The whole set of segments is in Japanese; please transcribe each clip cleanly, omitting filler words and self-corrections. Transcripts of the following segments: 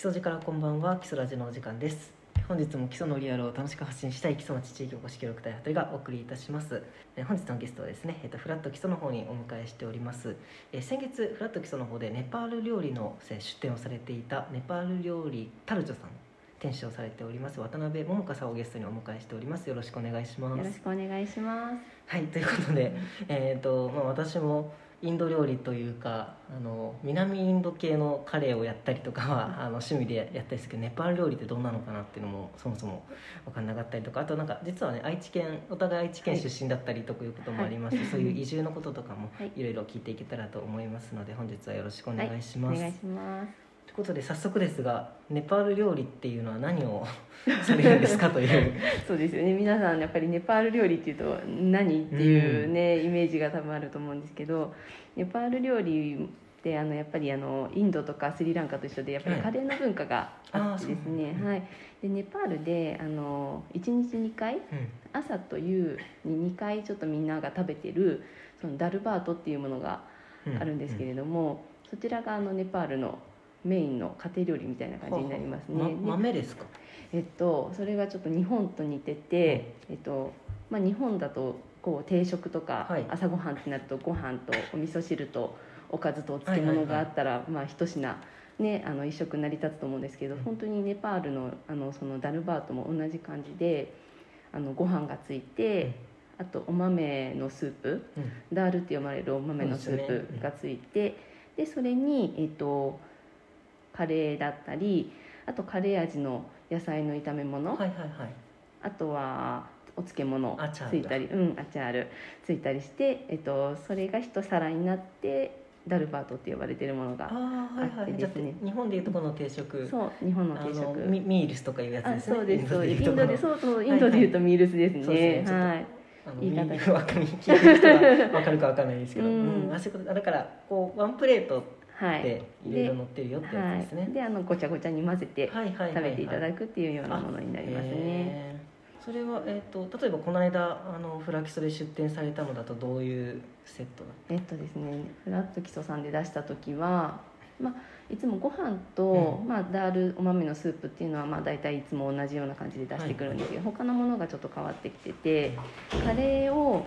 礎寺からこんばんは。基礎ラジのお時間です。本日も基礎のリアルを楽しく発信したい基礎町地域おこし協力隊羽鳥がお送りいたします。本日のゲストはですね、フラット基礎の方にお迎えしております。先月フラット基礎の方でネパール料理の出店をされていたネパール料理タルジョさん、店主をされております渡辺桃香さんをゲストにお迎えしております。よろしくお願いします。 よろしくお願いします。 はい、ということで、私もインド料理というか南インド系のカレーをやったりとかは趣味でやったりですけど、ネパール料理ってどんなのかなっていうのもそもそも分かんなかったりとか、あとなんか実はねお互い愛知県出身だったりということもありまして、そういう移住のこととかもいろいろ聞いていけたらと思いますので、本日はよろしくお願いします。 お願いします。 ということで早速ですが、ネパール料理っていうのは何をされるんですかというそうですよね、皆さんやっぱりネパール料理っていうと何っていうね、イメージが多分あると思うんですけど、ネパール料理ってやっぱりインドとかスリランカと一緒でやっぱりカレーの文化があってですね、はい、でネパールで1日2回、朝と夕に2回ちょっとみんなが食べてるそのダルバートっていうものがあるんですけれども、そちらがネパールのメインの家庭料理みたいな感じになりますね。 豆ですか？ それがちょっと日本と似てて、日本だとこう定食とか、朝ごはんってなるとご飯とお味噌汁とおかずとお漬物があったら、一品ね一食成り立つと思うんですけど、本当にネパールのそのダルバートも同じ感じでご飯がついて、あとお豆のスープ、ダールって呼ばれるお豆のスープがついて、でそれにカレーだったり、あとカレー味の野菜の炒め物、あとはお漬物ついたり、アチャールついたりして、それが一皿になってダルバートって呼ばれているものがあってですね。 日本でいうとこの定食、 そう日本の定食、 ミールスとかいうやつですね。 そうですそうです。インドでいうとミールスですね。はい。 言い方聞いてる人が分かるか分かんないですけど、だからこうワンプレートでいろいろ乗ってるよってやつですね。 でごちゃごちゃに混ぜて食べていただくっていうようなものになりますね。 それは、例えばこの間フラキソで出店されたのだとどういうセットだったですね、フラット基礎さんで出した時は、いつもご飯と、ダールお豆のスープっていうのは大体いつも同じような感じで出してくるんですけど、他のものがちょっと変わってきてて、カレーを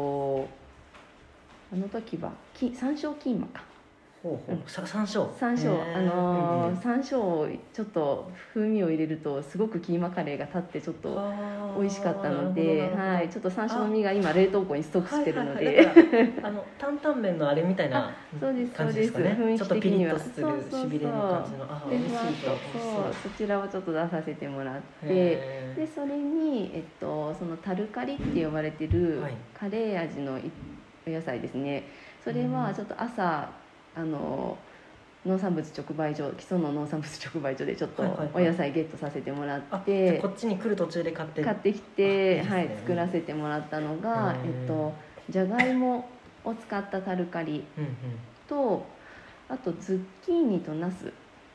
あの時は山椒キーマか。 山椒山椒をちょっと風味を入れるとすごくキーマカレーが立ってちょっと美味しかったので、ちょっと山椒の実が今冷凍庫にストックしてるので、 担々麺のあれみたいな感じですかね。雰囲気的にはちょっとピリッとするしびれの感じの美味しいと。 そちらをちょっと出させてもらって、でそれにそのタルカリって呼ばれてるカレー味のお野菜ですね。それはちょっと朝農産物直売所、基礎の農産物直売所でちょっとお野菜ゲットさせてもらって、 こっちに来る途中で買ってきて、作らせてもらったのがじゃがいもを使ったタルカリと、あとズッキーニとナス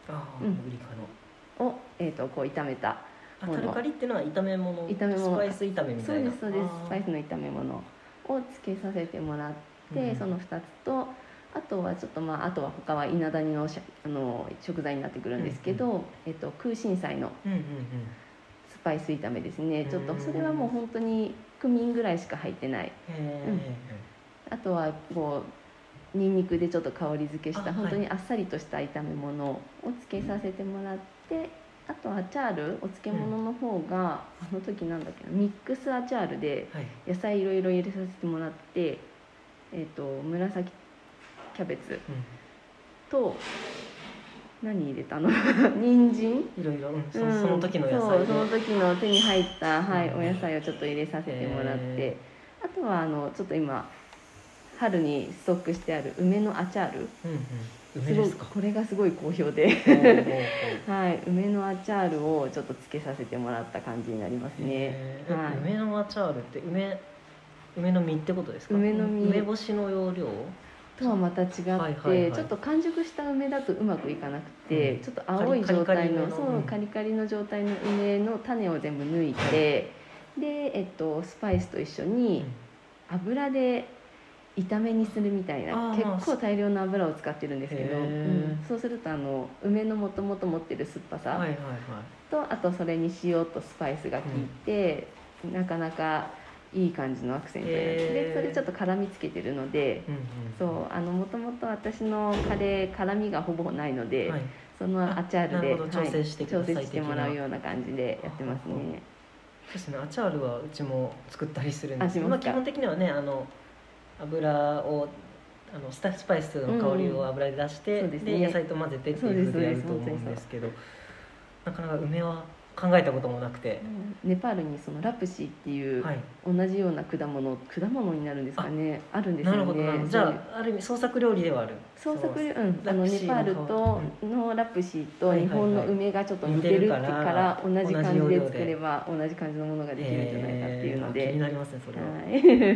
をこう炒めたもの。 タルカリっていうのは炒め物、スパイス炒めみたいな。 そうですスパイスの炒め物をつけさせてもらって、その2つと、あとはちょっとあとは他は稲谷の食材になってくるんですけど、空心菜のスパイス炒めですね。ちょっとそれはもう本当にクミンぐらいしか入ってない。あとはニンニクでちょっと香り付けした本当にあっさりとした炒め物をつけさせてもらって、あとアチャール、お漬物の方があの時なんだっけな、ミックスアチャールで野菜いろいろ入れさせてもらって、紫キャベツと何入れたの人参いろいろ、その時の野菜、 その時の手に入った、お野菜をちょっと入れさせてもらって、あとはちょっと今春にストックしてある梅のアチャール、 梅ですか？ これがすごい好評で梅のアチャールをちょっとつけさせてもらった感じになりますね。 梅のアチャールって梅の実ってことですか？梅干しの要領とはまた違って、ちょっと完熟した梅だとうまくいかなくて、ちょっと青い状態のカリカリの状態の梅の種を全部抜いて、でスパイスと一緒に油で炒めにするみたいな、結構大量の油を使ってるんですけど、そうすると梅のもともと持ってる酸っぱさと、あとそれに塩とスパイスが効いて、なかなかいい感じのアクセントになって、でそれちょっと絡みつけてるので、そうもともと私のカレー辛みがほぼないので、そのアチャールで調節してもらうような感じでやってますね。 そうですね、アチャールはうちも作ったりするんですけど、基本的にはね油をスパイスの香りを油で出して、で野菜と混ぜてっていうふうでやると思うんですけど、なかなか梅は考えたこともなくて、 ネパールにそのラプシーっていう同じような果物になるんですかね、あるんですよね。 なるほど。じゃあある意味創作料理ではある。 創作料理、ネパールとのラプシーと日本の梅がちょっと似てるから同じ感じで作れば同じ感じのものができるんじゃないかっていうので、 気になりますねそれは。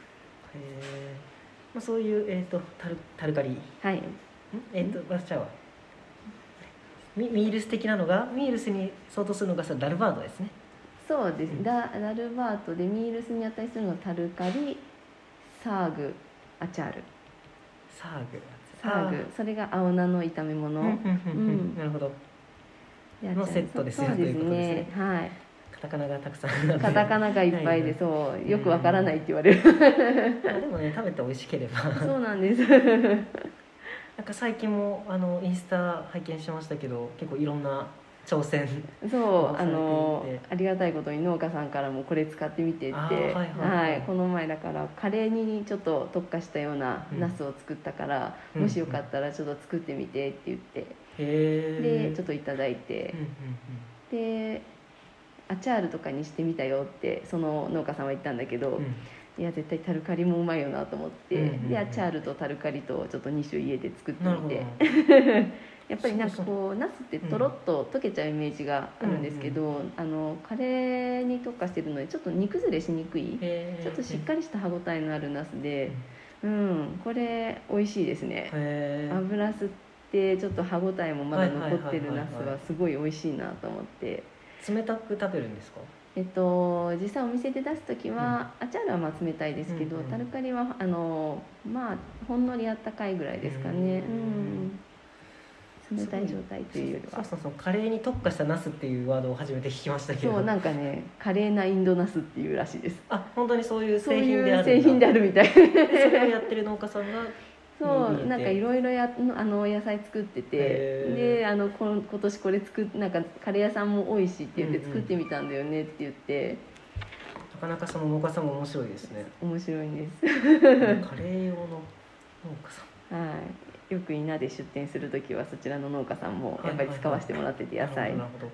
そういうタルカリ、バスチャーはミールス的なのが、ミールスに相当するのがダルバードですね。 そうです、ダルバートでミールスに値するのがタルカリ、サーグ、アチャール。サーグ、それが青菜の炒め物。 なるほど。のセットですよということですね。 はい。 カタカナがたくさん。 カタカナがいっぱいで、そうよくわからないって言われる。 でもね、食べて美味しければ。 そうなんです。 なんか最近もインスタ拝見しましたけど、結構いろんな挑戦そうありがたいことに農家さんからもこれ使ってみてって、この前だからカレーにちょっと特化したようなナスを作ったから、もしよかったらちょっと作ってみてって言って、でちょっといただいて、でアチャールとかにしてみたよってその農家さんは言ったんだけど、いや絶対タルカリもうまいよなと思って、でアチャールとタルカリとちょっと2種家で作ってみてやっぱりなんかこうナスってとろっと溶けちゃうイメージがあるんですけど、カレーに特化してるのでちょっと煮崩れしにくい、ちょっとしっかりした歯ごたえのあるナスで、これ美味しいですね。油吸ってちょっと歯ごたえもまだ残ってるナスはすごい美味しいなと思って。 冷たく食べるんですか？ 実際お店で出す時は、アチャールはまあ冷たいですけど、タルカリはまあほんのりあったかいぐらいですかね。冷たい状態というよりは、 そうカレーに特化したナスっていうワードを初めて聞きましたけど、 そうなんかね、華麗なインドナスっていうらしいです。 本当にそういう製品である製品であるみたい。 それをやってる農家さんがそうなんかいろいろ野菜作ってて、で今年これなんかカレー屋さんも多いしって言って作ってみたんだよねって言って、 なかなかその農家さんも面白いですね。 面白いんです。 カレー用の農家さん、 よく稲で出店する時はそちらの農家さんもやっぱり使わせてもらってて、野菜。 なるほど。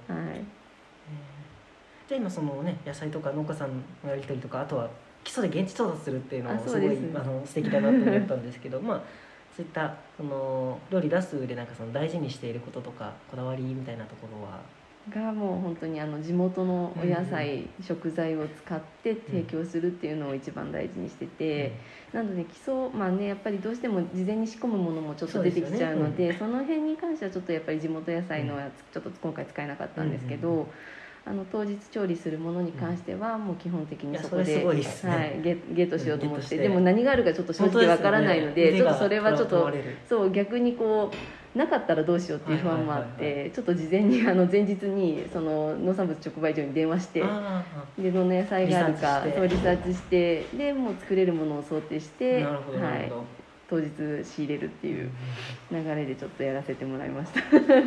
じゃあ今そのね、野菜とか農家さんのやり取りとか、あとは基礎で現地調達するっていうのもすごい素敵だなと思ったんですけど、そういったその料理出す上でなんかその大事にしていることとかこだわりみたいなところはがもう本当に地元のお野菜、食材を使って提供するっていうのを一番大事にしてて、なので基礎やっぱりどうしても事前に仕込むものもちょっと出てきちゃうので、その辺に関してはちょっとやっぱり地元野菜のやつちょっと今回使えなかったんですけど、当日調理するものに関してはもう基本的にそこで、ゲットしようと思って、でも何があるかちょっと正直わからないので、ちょっとそれはちょっとそう逆にこうなかったらどうしようっていう不安もあって、ちょっと事前に前日にその農産物直売所に電話して、でどんな野菜があるかリサーチして、でもう作れるものを想定して、当日仕入れるっていう流れでちょっとやらせてもらいました。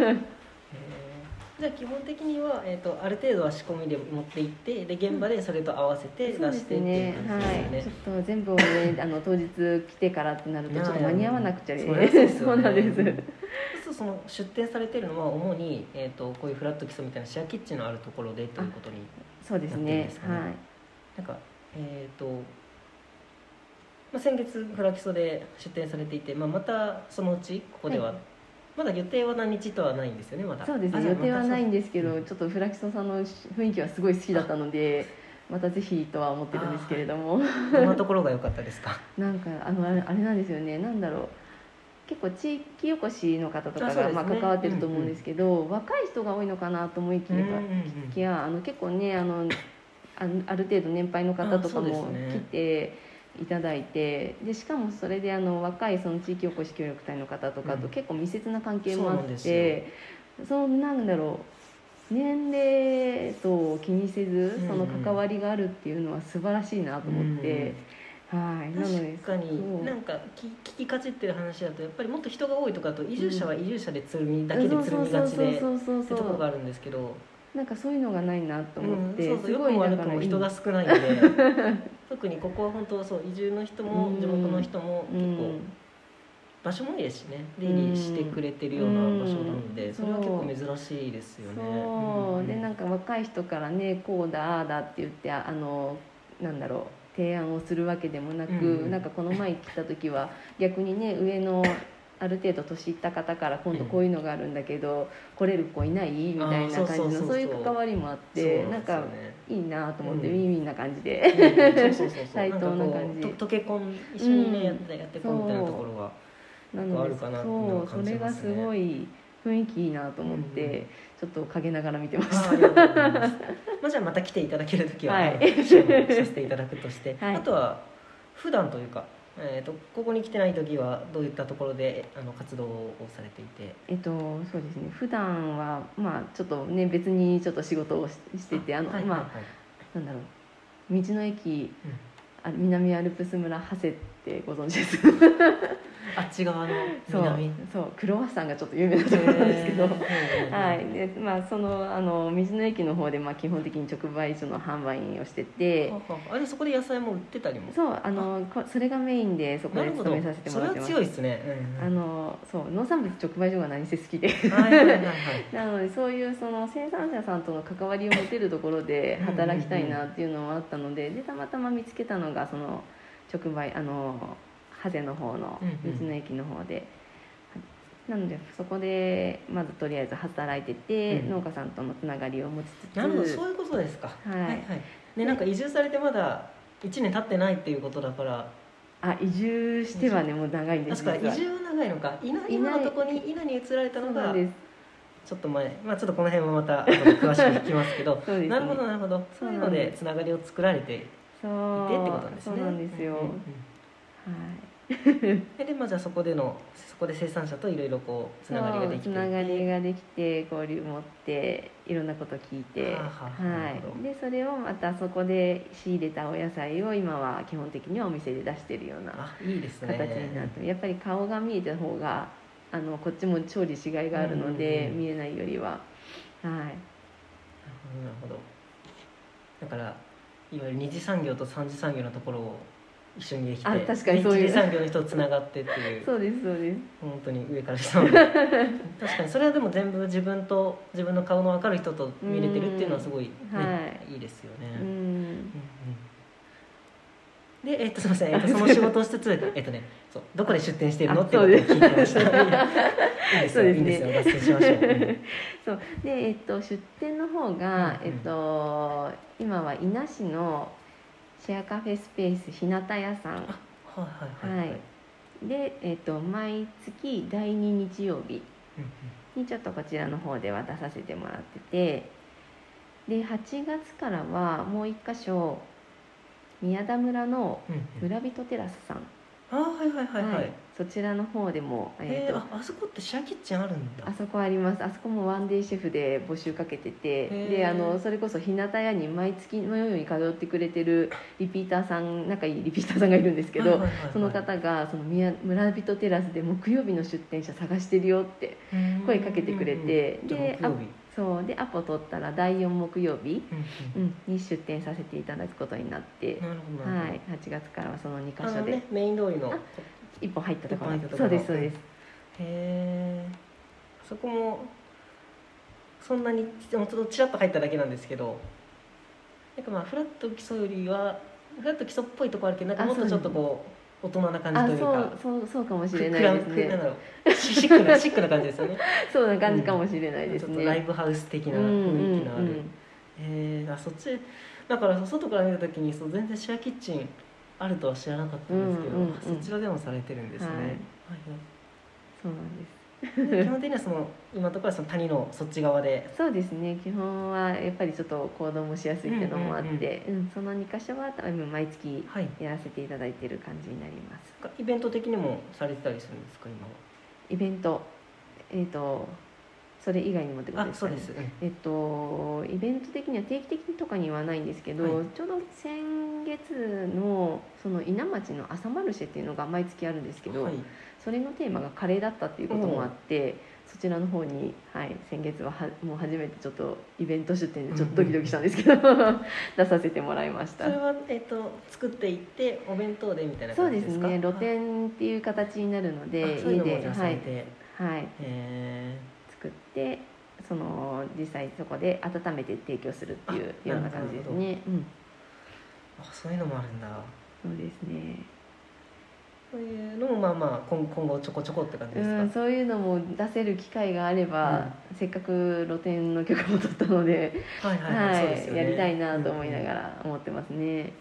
じゃあ基本的には、ある程度は仕込みで持っていってで現場でそれと合わせて出してっていう感じですね。 ちょっと全部をね当日来てからってなるとちょっと間に合わなくちゃね。そうなんです。 その出店されてるのは主に、こういうフラット基礎みたいなシェアキッチンのあるところでということになってるんですかね。なんか先月フラ基礎で出店されていて、またそのうちここでは、まだ予定は何日とはないんですよね。まだそうですね、予定はないんですけど、ちょっとフラキソさんの雰囲気はすごい好きだったので、またぜひとは思ってるんですけれども、 どんなところが良かったですか？ なんかあれなんですよね、なんだろう、結構地域おこしの方とかが関わってると思うんですけど、若い人が多いのかなと思いきや、結構ねある程度年配の方とかも来て、 いただいて、でしかもそれで若いその地域おこし協力隊の方とかと結構密接な関係もあって、なんだろう、年齢と気にせずその関わりがあるっていうのは素晴らしいなと思って、はい、なので確かになんか聞きかじってる話だとやっぱりもっと人が多いとかだと移住者は移住者でつるみだけでつるみがちでってところがあるんですけど、 なんかそういうのがないなと思って、 すごい良くも悪くも人が少ないんで特にここは本当そう移住の人も地元の人も結構場所もいいですしね、出入りしてくれてるような場所なので、それは結構珍しいですよね。 そうで、なんか若い人からねこうだああだって言ってなんだろう提案をするわけでもなく、なんかこの前来た時は逆にね、上のある程度年いった方から今度こういうのがあるんだけど、来れる子いないみたいな感じのそういう関わりもあって、なんかいいなと思って、ウィンウィンな感じで対等な感じ、 溶け込ん一緒にねやってこうみたいなところがあるかなっていうのは感じますね。 それがすごい雰囲気いいなと思って、ちょっと陰ながら見てました。 ありがとうございます。じゃあまた来ていただけるときは、シェアさせていただくとして、あとは普段というか、ここに来てない時はどういったところで活動をされていて。 そうですね、普段はまあちょっとね別にちょっと仕事をしてて、なんだろう、道の駅、南アルプス村長谷ってご存知ですあっち側の南、 そうクロワッサンがちょっと有名なところなんですけど、はい、でまあその道の駅の方で基本的に直売所の販売員をしてて、 でそこで野菜も売ってたりも。 そうそれがメインでそこで勤めさせてもらってます。 それは強いですね。 そう農産物直売所が何せ好きでなのでそういうその生産者さんとの関わりを持てるところで働きたいなっていうのもあったので、たまたま見つけたのがその直売ハゼの方の道の駅の方で、なのでそこでまずとりあえず働いてて、農家さんとのつながりを持ちつつ。 なるほど、そういうことですか。でなんか移住されてまだ1年経ってないっていうことだから。 移住してはねもう長いんです。 確か移住は長いのか。今のところに伊那に移られたのがちょっと前、ちょっとこの辺もまた詳しく聞きますけどね、なるほどなるほど、そういうのでつながりを作られていてってことなんですね。 そうなんですよ。 でじゃあそこで生産者といろいろこうつながりができて、 つながりができて交流持っていろんなこと聞いて、でそれをまたそこで仕入れたお野菜を今は基本的にはお店で出しているような形になって、やっぱり顔が見えた方がこっちも調理しがいがあるので、見えないよりは。なるほど。だからいわゆる二次産業と三次産業のところを一緒にできて、 確かにそういう一次産業の人とつながってっていうそうです本当に上から下まで確かにそれはでも全部自分の顔の分かる人と見れてるっていうのはすごい、いいですよね。で、すみません、その仕事をしつつそうどこで出店しているのっていうことを聞いてました。いいんですよ、脱線しましょう。 そうで、出店の方が、今は伊那市のシェアカフェスペース日向屋さんで、毎月第2日曜日にちょっとこちらの方では出させてもらってて、で8月からはもう一箇所宮田村の村人テラスさん、そちらの方でも、 あそこってシェアキッチンあるんだ。 あそこあります。あそこもワンデーシェフで募集かけてて、でそれこそ日向屋に毎月のように通ってくれてるリピーターさん、仲いいリピーターさんがいるんですけど、その方がその村人テラスで木曜日の出店者探してるよって声かけてくれて、でアポ取ったら第4木曜日に出店させていただくことになって、8月からはその2カ所でメイン通りの 1本入ったところ。そうですそうです。 そこもそんなにちょっとちらっと入っただけなんですけど、なんかフラット基礎よりはフラット基礎っぽいところあるけど、なんかもっとちょっとこう大人な感じというか、 そうかもしれないですね。 シックな感じですよね。 そうな感じかもしれないですね。 ちょっとライブハウス的な雰囲気のある。そっちだから外から見た時に全然シェアキッチンあるとは知らなかったんですけど、そちらでもされてるんですね。 そうなんです。 基本的には今のところは谷のそっち側で。 そうですね、基本はやっぱりちょっと行動もしやすいっていうのもあって、その2箇所は毎月やらせていただいている感じになります。 イベント的にもされてたりするんですか今は？ イベント、それ以外にもってことですかね。 そうです、 イベント的には定期的にとかにはないんですけど、ちょうど先月のその稲町の朝マルシェっていうのが毎月あるんですけど、それのテーマがカレーだったっていうこともあって、そちらの方に、先月はもう初めてちょっとイベント出店でちょっとドキドキしたんですけど、出させてもらいました。 それは、作っていってお弁当でみたいな感じですか？ そうですね、露店っていう形になるので、家で作って実際そこで温めて提供するっていうような感じですね。 そういうのもあるんだ。 そうですね。 そういうのも今後ちょこちょこって感じですか？ そういうのも出せる機会があれば、せっかく露店の許可も取ったので、やりたいなと思いながら思ってますね。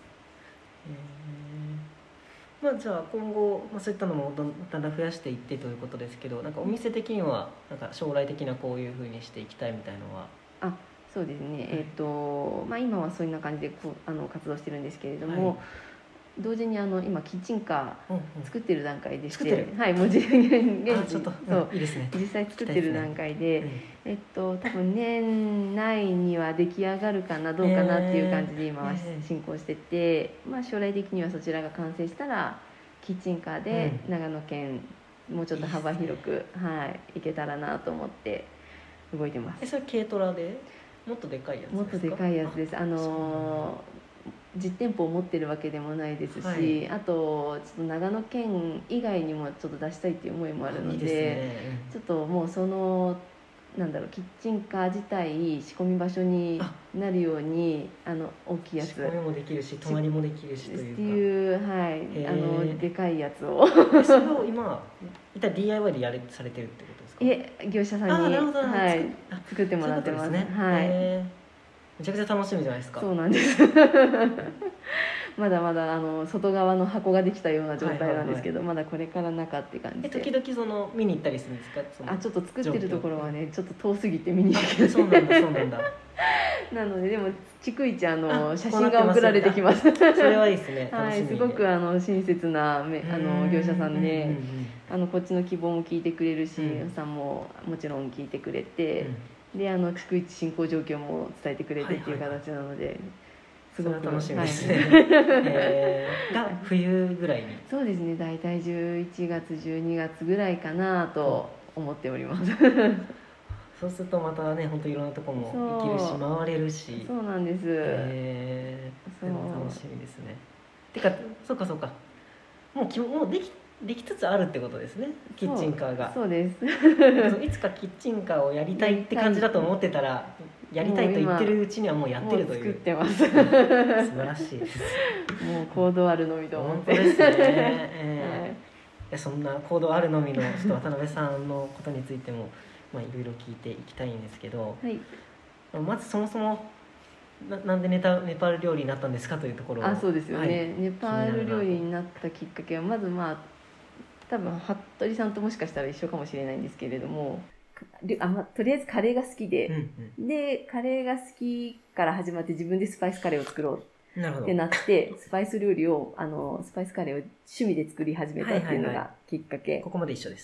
じゃあ今後、そういったのもだんだん増やしていってということですけど、なんかお店的にはなんか将来的にはこういうふうにしていきたいみたいなのは？ そうですね、今はそんな感じで活動してるんですけれども、同時に今キッチンカー作ってる段階でして、もう現実際作ってる段階で、多分年内には出来上がるかなどうかなっていう感じで今は進行してて、将来的にはそちらが完成したらキッチンカーで長野県もうちょっと幅広く行けたらなと思って動いてます。 それ軽トラでもっとでかいやつですか？ もっとでかいやつです。実店舗を持ってるわけでもないですし、あとちょっと長野県以外にもちょっと出したいっていう思いもあるので、ちょっともうキッチンカー自体仕込み場所になるように大きいやつ、 仕込みもできるし泊まりもできるしというかっていうでかいやつをそれを今一体 DIY でされてるってことですか？ 業者さんに作ってもらってます。 めちゃくちゃ楽しみじゃないですか。 そうなんですまだまだ外側の箱ができたような状態なんですけど、まだこれから中って感じで、 時々見に行ったりするんですか？ ちょっと作ってるところはねちょっと遠すぎて見に行けない。 そうなんだなのででも逐一写真が送られてきます。 それはいいですね。 すごく親切な業者さんで、こっちの希望も聞いてくれるし、予算ももちろん聞いてくれて、で逐一進行状況も伝えてくれてっていう形なので、すごく楽しみですね。が冬ぐらいに。 そうですね、大体11月12月ぐらいかなと思っております。 そうするとまたね、本当いろんなとこも行けるし回れるし。 そうなんです。 それも楽しみですね。てかそうかもうできつつあるってことですね、キッチンカーが。 そうです。 いつかキッチンカーをやりたいって感じだと思ってたら、やりたいと言ってるうちにはもうやってるという。 作ってます。素晴らしいです。 もう行動あるのみと思って。 本当ですね。そんな行動あるのみのちょっと渡辺さんのことについてもいろいろ聞いていきたいんですけど、まずそもそもなんでネパール料理になったんですかというところを。 そうですよね。ネパール料理になったきっかけはまず多分服部さんともしかしたら一緒かもしれないんですけれども、とりあえずカレーが好きで、でカレーが好きから始まって自分でスパイスカレーを作ろうってなって、スパイス料理をスパイスカレーを趣味で作り始めたっていうのがきっかけ。 ここまで一緒です。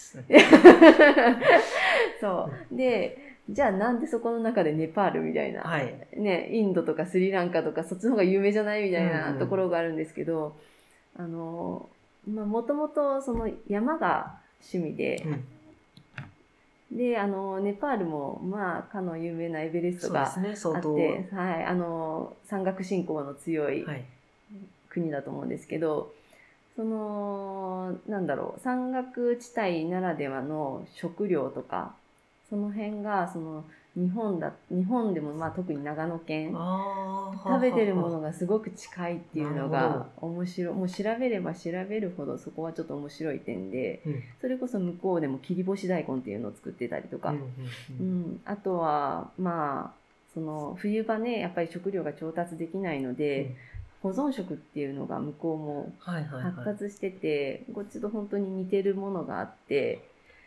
そうで、じゃあなんでそこの中でネパールみたいな、インドとかスリランカとかそっちの方が有名じゃないみたいなところがあるんですけど、もともとその山が趣味で、でネパールもかの有名なエベレストがあって、山岳信仰の強い国だと思うんですけど、山岳地帯ならではの食料とかその辺が日本でも特に長野県食べてるものがすごく近いっていうのが面白い。もう調べれば調べるほどそこはちょっと面白い点で、それこそ向こうでも切り干し大根っていうのを作ってたりとか、あとは冬場ねやっぱり食料が調達できないので、保存食っていうのが向こうも発達してて、こっちと本当に似てるものがあって、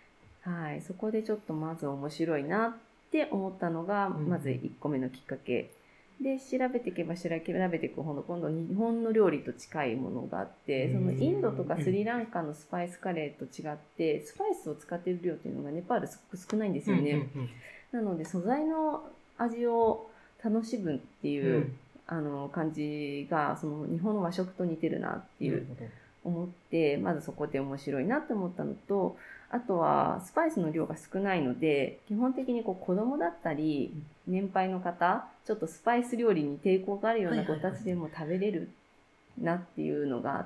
はい、そこでちょっとまず面白いなって思ったのが、まず1個目のきっかけで、調べていけば調べていくほど今度日本の料理と近いものがあって、そのインドとかスリランカのスパイスカレーと違ってスパイスを使っている量っていうのがネパールすごく少ないんですよね。なので素材の味を楽しむっていう、感じがその日本の和食と似てるなっていう思って、まずそこで面白いなって思ったのと、あとはスパイスの量が少ないので、基本的にこう子供だったり年配の方、ちょっとスパイス料理に抵抗があるような子たちでも食べれるなっていうのがあって、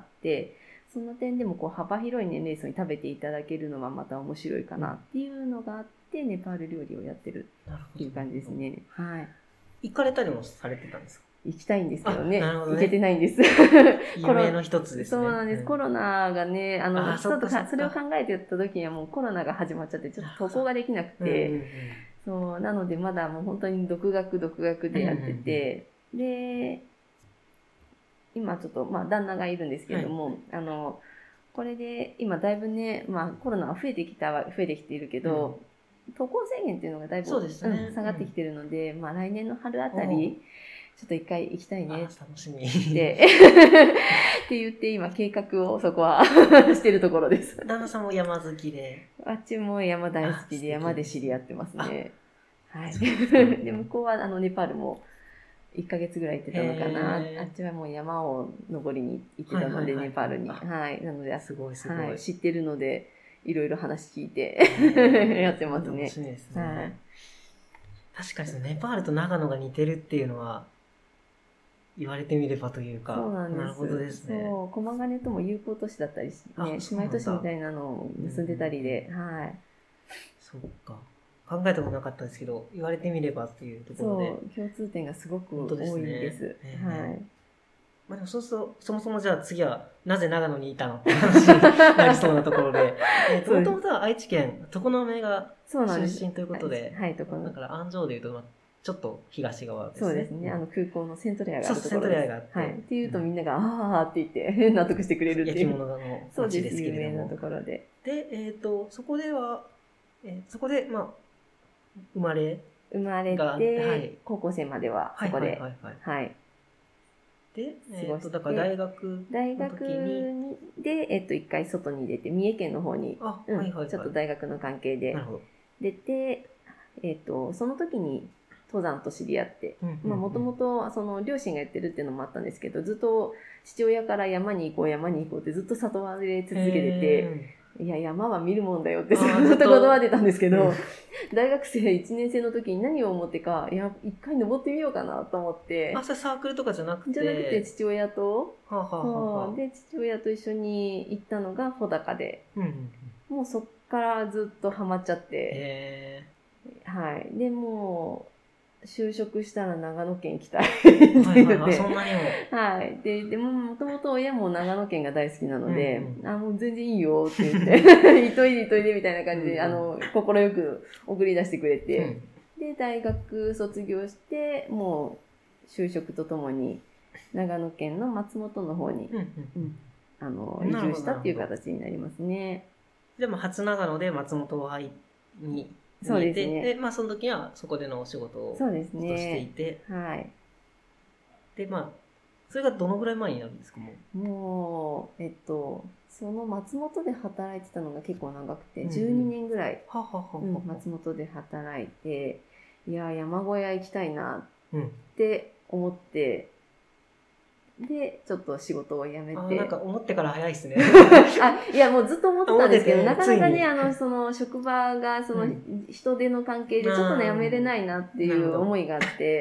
その点でもこう幅広い年齢層に食べていただけるのはまた面白いかなっていうのがあって、ネパール料理をやってるっていう感じですね。はい。 行かれたりもされてたんですか？ 行きたいんですけどね。行けてないんです。 夢の一つですね。 そうなんです。コロナがね、ちょっとそれを考えてた時にはもうコロナが始まっちゃって、ちょっと渡航ができなくて、そう、なのでまだもう本当に独学でやってて、で、今ちょっと、旦那がいるんですけれども、これで今だいぶね、コロナは増えてきているけど、渡航制限っていうのがだいぶ、下がってきてるので、来年の春あたり、ちょっと一回行きたいねって楽しみって言って今計画をそこはしてるところです。 旦那さんも山好きで、 あっちも山大好きで山で知り合ってますね。はい。で向こうはネパールも1ヶ月ぐらい行ってたのかな。あっちはもう山を登りに行ってたので、ネパールに。はい。なので、 すごい、 はい、知ってるので、いろいろ話聞いてやってますね。 楽しみですね。はい、確かにネパールと長野が似てるっていうのは、言われてみればというか。 そうなんです。 なるほどですね。 そう、駒ヶ根とも友好都市だったり、ね、姉妹都市みたいなのを結んでたりで、はい。 そうか。考えたことなかったですけど、言われてみればっていうところで。 そう、共通点がすごく多いんです。はい。 でもそうすると、そもそもじゃあ次はなぜ長野にいたのって話になりそうなところで、もともとは愛知県常滑が出身ということで、 はい、だから安城でいうと、ちょっと東側ですね。 そうですね。空港のセントレアがあるところです。 セントレアがあって。 はい。っていうとみんなが、あーって言って納得してくれるっていう。 焼き物の街ですけれども。 有名なところで。 で、そこでは、生まれて、はい、高校生まではそこで、はい。 で、だから大学で、一回外に出て、三重県の方に、ちょっと大学の関係で出て、その時に登山と知り合って、もともと両親がやってるっていうのもあったんですけど、ずっと父親から山に行こうってずっと悟られ続けてて、いや、山は見るもんだよってずっと断ってたんですけど、大学生1年生の時に何を思ってか、いや、一回登ってみようかなと思って。 それサークルとかじゃなくて父親と、で、父親と一緒に行ったのが穂高で、もうそっからずっとハマっちゃって、はい。で、もう、就職したら長野県行きたいって言って。 そんなにも。 はい。でも、もともと親も長野県が大好きなので、もう全然いいよって言って、いといでみたいな感じで、心よく送り出してくれて、で、大学卒業して、もう、就職とともに、長野県の松本の方に、移住したっていう形になりますね。 でも、初長野で松本に、そうですね。で、その時はそこでのお仕事をしていて。はい。で、それがどのぐらい前になるんですか？ もう、その松本で働いてたのが結構長くて、12年ぐらい、松本で働いて、いや、山小屋行きたいなって思って、で、ちょっと仕事を辞めて。 なんか思ってから早いですね。 いや、もうずっと思ってたんですけど、なかなかね、職場が、人手の関係で、ちょっとね、辞めれないなっていう思いがあって、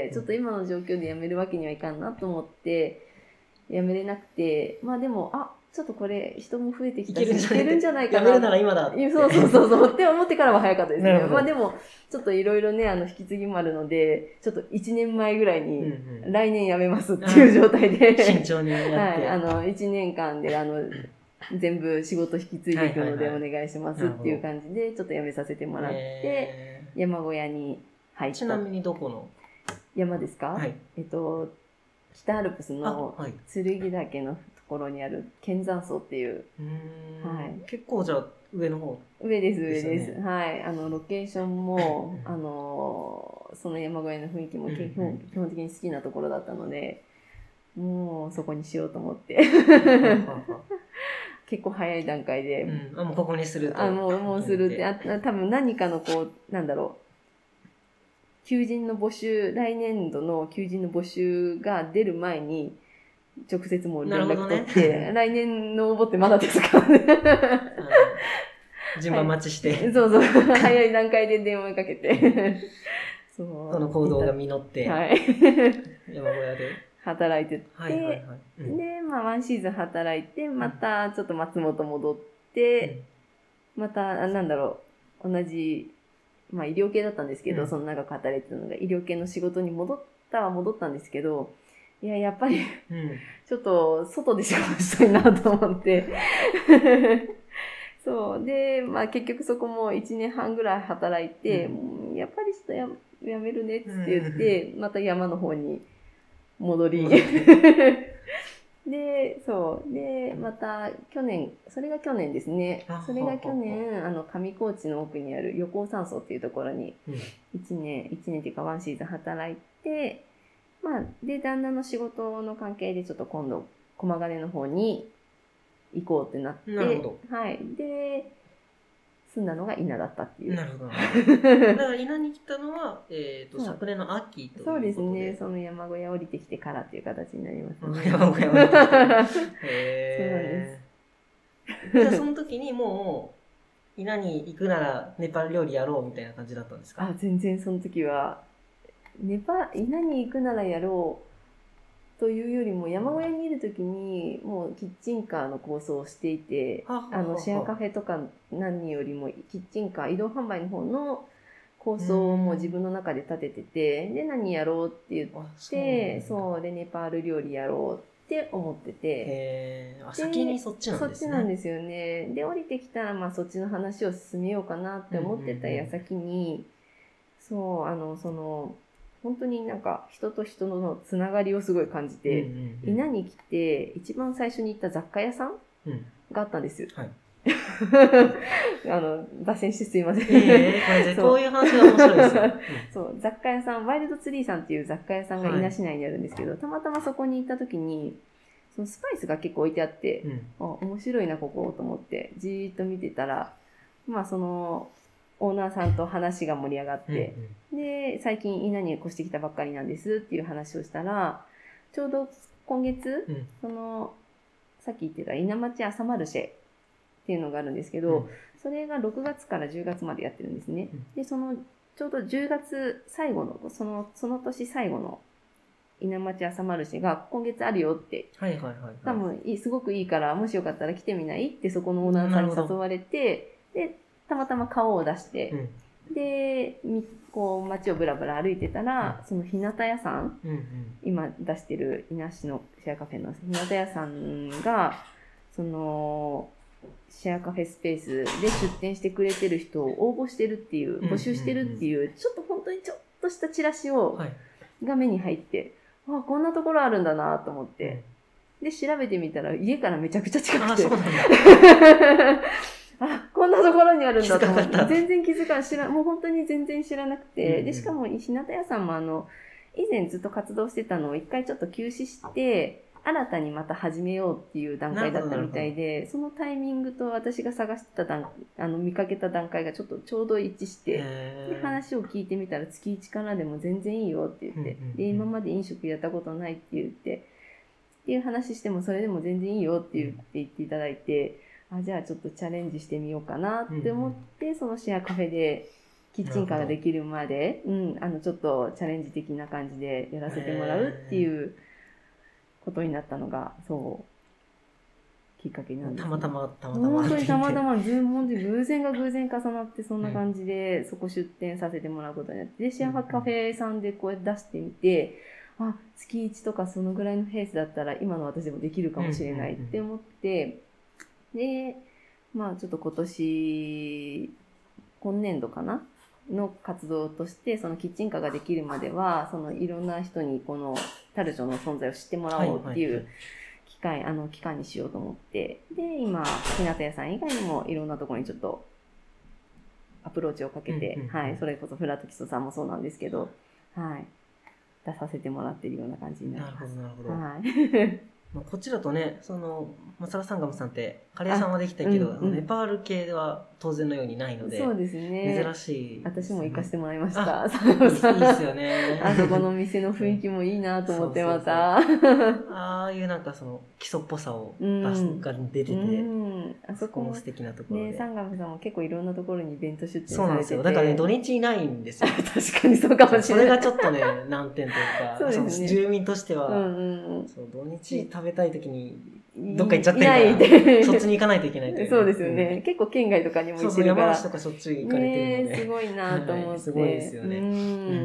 ちょっと今の状況で辞めるわけにはいかんなと思って、辞めれなくて、でも、ちょっとこれ、人も増えてきたし、いけるんじゃないかな。 辞めるなら今だ。 そうって思ってからは早かったですね。でも、ちょっといろいろね、引き継ぎもあるので、ちょっと1年前ぐらいに、来年辞めますっていう状態で、 慎重にやって。 はい、1年間で、全部仕事引き継いでいくのでお願いしますっていう感じで、ちょっと辞めさせてもらって、山小屋に入った。 ちなみにどこの山ですか？ はい。 北アルプスの剣岳のところにある剣山荘っていう、 はい、結構じゃあ上の方、 上です。はい。ロケーションも、その山小屋の雰囲気も基本的に好きなところだったので、もうそこにしようと思って。結構早い段階で。 もうここにすると。 もうするって。多分何かの求人の募集、来年度の求人の募集が出る前に、直接もう連絡取って、来年の応募ってまだですかね。 順番待ちして。 そう。早い段階で電話かけて。 その行動が実って、 はい。 山小屋で。 働いてて、で、ワンシーズン働いて、またちょっと松本戻って、また、同じ、医療系だったんですけど、その長く働いてたのが、医療系の仕事に戻ったんですけど、いや、やっぱり、ちょっと、外で仕事したいなと思って、そう。で、結局そこも1年半ぐらい働いて、やっぱりちょっとやめるねって言って、また山の方に戻り、で、またそれが去年ですね。それが去年、上高地の奥にある横尾山荘っていうところに、1年っていうかワンシーズン働いて、で、旦那の仕事の関係でちょっと今度、駒ヶ根の方に行こうってなって、はい。で、住んだのが稲だったっていう。 なるほど。だから稲に来たのは、昨年の秋ということで。そうですね。 その山小屋降りてきてからっていう形になりますね。 山小屋降りてきて。そうなんです。じゃあその時にもう、稲に行くならネパール料理やろうみたいな感じだったんですか？ 全然その時は、稲に行くならやろう。というよりも山小屋にいるときにもうキッチンカーの構想をしていて、シェアカフェとか何よりもキッチンカー移動販売の方の構想をもう自分の中で立ててて、で何やろうって言ってでネパール料理やろうって思ってて、 先にそっちなんですね。 そっちなんですよね。で降りてきたらそっちの話を進めようかなって思ってた矢先に、本当に人と人のつながりをすごい感じて、稲に来て一番最初に行った雑貨屋さんがあったんですよ。はい、脱線してすいません。 こういう話が面白いですよ。 そう、雑貨屋さん、ワイルドツリーさんっていう雑貨屋さんが伊那市内にあるんですけど、たまたまそこに行った時に、そのスパイスが結構置いてあって、面白いな、ここと思って、じーっと見てたら、その、オーナーさんと話が盛り上がって、で、最近稲に越してきたばっかりなんですっていう話をしたら、ちょうど今月、さっき言ってた稲町朝マルシェっていうのがあるんですけど、それが6月から10月までやってるんですね。で、ちょうど10月最後の、その年最後の稲町朝マルシェが今月あるよって、多分すごくいいから、もしよかったら来てみないってそこのオーナーさんに誘われて、で、たまたま顔を出して、で、こう街をブラブラ歩いてたら、その日向屋さん、今出してる伊那市のシェアカフェの日向屋さんが、その、シェアカフェスペースで出店してくれてる人を応募してるっていう、募集してるっていう、ちょっと本当にちょっとしたチラシが目に入って、こんなところあるんだなと思って、で、調べてみたら家からめちゃくちゃ近くて。こんなところにあるんだと思って。全然気づかない。もう本当に全然知らなくて。で、しかも、日向屋さんも以前ずっと活動してたのを一回ちょっと休止して、新たにまた始めようっていう段階だったみたいで、そのタイミングと私が探してた見かけた段階がちょうど一致して、で、話を聞いてみたら月1からでも全然いいよって言って、で、今まで飲食やったことないって言って、っていう話してもそれでも全然いいよって言っていただいて、じゃあちょっとチャレンジしてみようかなって思って、そのシェアカフェでキッチンカーができるまで、ちょっとチャレンジ的な感じでやらせてもらうっていうことになったのが、きっかけなんです、ね。 たまたま。 本当にたまたま、偶然が偶然重なって、そんな感じで、そこ出店させてもらうことになって、で、シェアカフェさんでこうやって出してみて、月1とかそのぐらいのペースだったら、今の私でもできるかもしれないって思って、で、ちょっと今年度かなの活動として、そのキッチンカーができるまでは、いろんな人にこのタルジョの存在を知ってもらおうっていうきっ機関にしようと思って、で今日向屋さん以外にもいろんなところにちょっとアプローチをかけて、はい、それこそフラット基礎さんもそうなんですけど、はい、出させてもらってるような感じになります。 なるほど。 はい。 こっちだとね、マサラサンガムさんってカレー屋さんはできたけど、ネパール系では当然のようにないので、 そうですね、 珍しい、ね、 私も行かせてもらいました。 いいですよね。 あそこの店の雰囲気もいいなと思って、またああいうなんかその基礎っぽさをが出てて、 あそこも素敵なところで、 ね、サンガムさんも結構いろんなところにイベント出店されてて、 そうなんですよ。だからね、土日いないんですよ。 確かにそうかもしれない。 それがちょっとね、難点というか、 そうですね、 住民としては、そう土日食べたい時にどっか行っちゃってるから、そっちに行かないといけないという、 そうですよね、結構県外とかにも行ってるから、 山梨とかそっち行かれてるので、 すごいなと思って、 すごいですよね。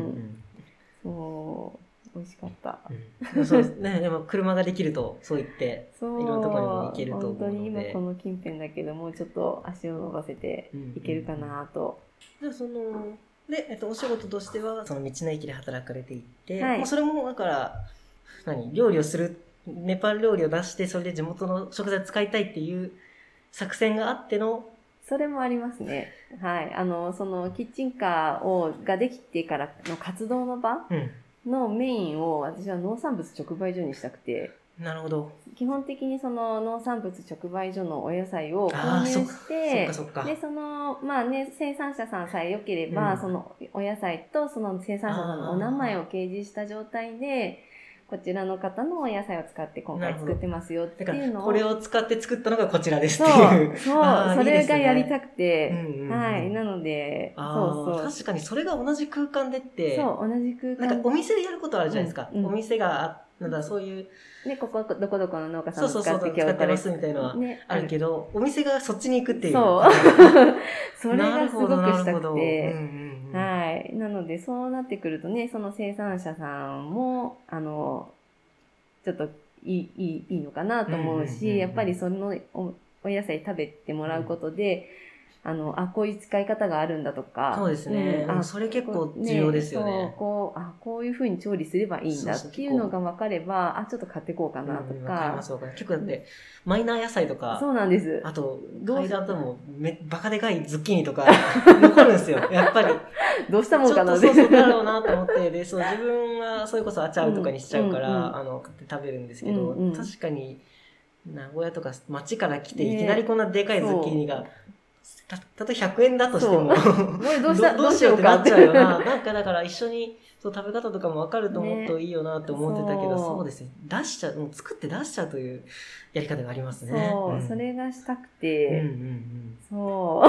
そう美味しかった。 そうですね。でも車ができるとそう言っていろんなところにも行けると思うので、 本当に今この近辺だけどもうちょっと足を伸ばせて行けるかなと。 じゃあでお仕事としてはその道の駅で働かれていて、それもだから料理をする、ネパール料理を出してそれで地元の食材を使いたいっていう作戦があっての。 それもありますね。はい。そのキッチンカーができてからの活動の場のメインを私は農産物直売所にしたくて。 なるほど。 基本的にその農産物直売所のお野菜を購入して、で、生産者さんさえ良ければ、そのお野菜とその生産者さんのお名前を掲示した状態で、こちらの方のお野菜を使って今回作ってますよっていうのを。 これを使って作ったのがこちらですっていう。 そう、それがやりたくて、はい。なので、 確かにそれが同じ空間でって、 そう、同じ空間。 なんかお店でやることあるじゃないですか。お店が、そういう。 ね、ここ、どこどこの農家さんを使って今日使ってますみたいなのはあるけど、お店がそっちに行くっていう。 そう。それがすごくしたくて。はい。なので、そうなってくるとね、その生産者さんも、ちょっといいのかなと思うし、やっぱりそのお野菜食べてもらうことで、こういう使い方があるんだとか。 そうですね。それ結構重要ですよね。 こういう風に調理すればいいんだっていうのが分かれば、ちょっと買っていこうかなとか。 わかります。結構だって、マイナー野菜とか。 そうなんです。 あと、階段ともバカでかいズッキーニとか残るんですよ。やっぱり。 どうしたもんかなって。 そうだろうなと思って、で、自分はそれこそアチャールとかにしちゃうから、買って食べるんですけど、確かに、名古屋とか街から来て、いきなりこんなでかいズッキーニが、たと100円だとしても、どうしようってなっちゃうよな。なんかだから一緒に食べ方とかも分かるともっといいよなって思ってたけど、そうですね。作って出しちゃうというやり方がありますね。 そう、それがしたくて、そう。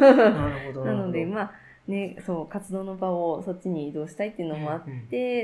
なるほど。なので、活動の場をそっちに移動したいっていうのもあって、